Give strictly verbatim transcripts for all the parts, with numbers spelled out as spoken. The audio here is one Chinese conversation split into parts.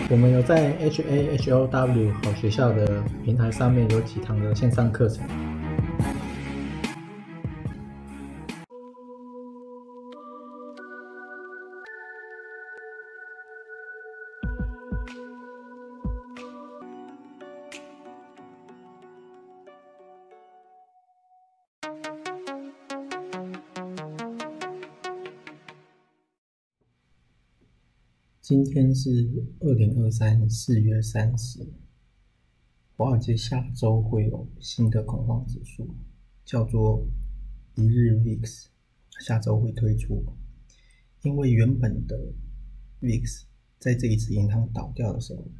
我们有在 H A H O W 好学校的平台上面有几堂的线上课程。今天是二零二三四月三十，华尔街下周会有新的恐慌指数，叫做一日 V I X， 下周会推出。因为原本的 V I X 在这一次银行倒掉的时候，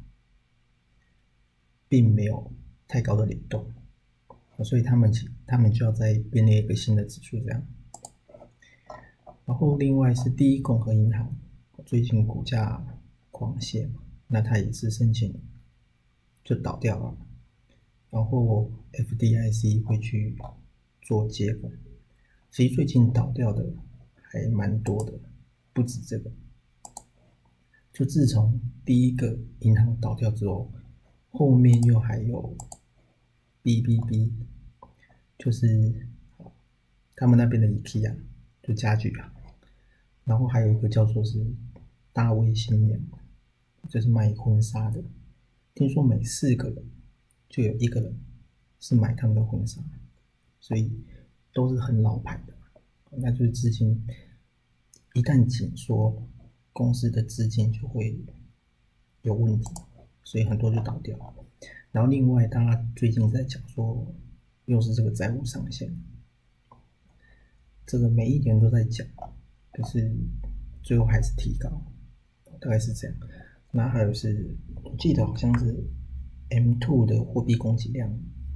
并没有太高的联动，所以他们他们就要再编列一个新的指数这样。然后另外是第一共和银行。最近股价狂泻，那它也是申请就倒掉了，然后 F D I C 会去做接管。其实最近倒掉的还蛮多的，不止这个。就自从第一个银行倒掉之后，后面又还有 B B B， 就是他们那边的 IKEA 就家具啊，然后还有一个叫做是大卫新娘，就是卖婚纱的，听说每四个人就有一个人是买他们的婚纱，所以都是很老牌的。那就是资金一旦紧缩，公司的资金就会有问题，所以很多就倒掉。然后另外大家最近在讲说，又是这个债务上限，这个每一年都在讲，可是最后还是提高。大概是这样。那还有是，我记得好像是 M 二 的货币供给量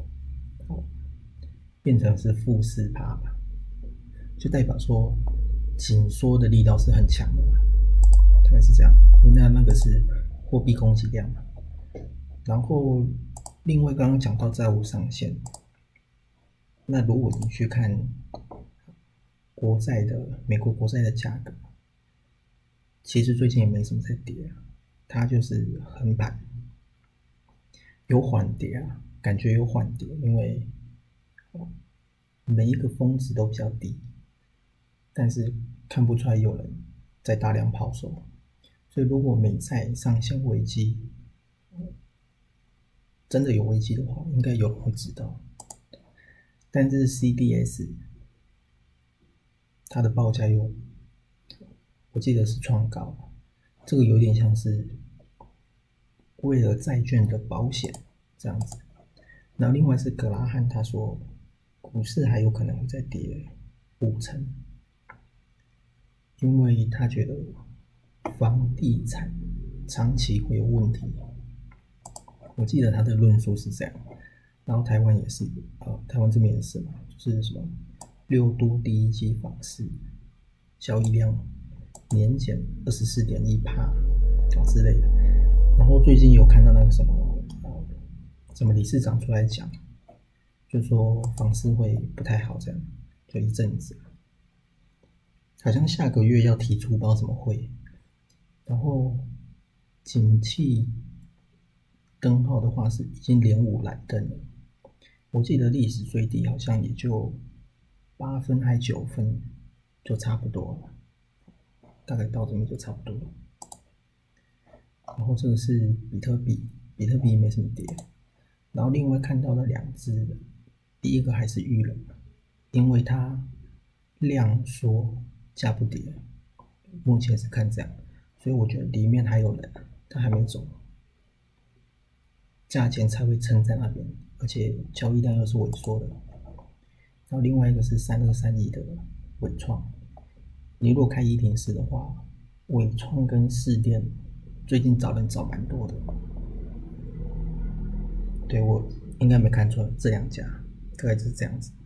变成是负四%吧，就代表说紧缩的力道是很强的吧，大概是这样。那那个是货币供给量。然后另外刚刚讲到债务上限，那如果你去看国债的美国国债的价格，其实最近也没什么在跌啊，它就是横盘，有缓跌啊，感觉有缓跌，因为每一个峰值都比较低，但是看不出来有人在大量抛售，所以如果美债上限危机真的有危机的话，应该有人会知道。但是 C D S 它的报价又我记得是创高，这个有点像是为了债券的保险这样子。然后另外是格拉汉他说，股市还有可能会再跌五成，因为他觉得房地产长期会有问题。我记得他的论述是这样，然后台湾也是，呃，台湾这边也是嘛，就是什么六都第一季房市交易量年减 二十四点一趴 之类的。然后最近有看到那个什么呃，什么理事长出来讲，就说房市会不太好，这样就一阵子，好像下个月要提出不知道怎么会。然后景气灯号的话是已经连五蓝灯了，我记得历史最低好像也就八分还九分就差不多了。大概到这边就差不多了。然后这个是比特币，比特币没什么跌。然后另外看到了两只，第一个还是裕人，因为它量缩价不跌，目前是看这样，所以我觉得里面还有人，它还没走，价钱才会撑在那边，而且交易量又是萎缩的。然后另外一个是三二三一的伟创。你如果开一零四的话，伟创跟士电最近找人找蛮多的。对，我应该没看错，这两家大概就是这样子。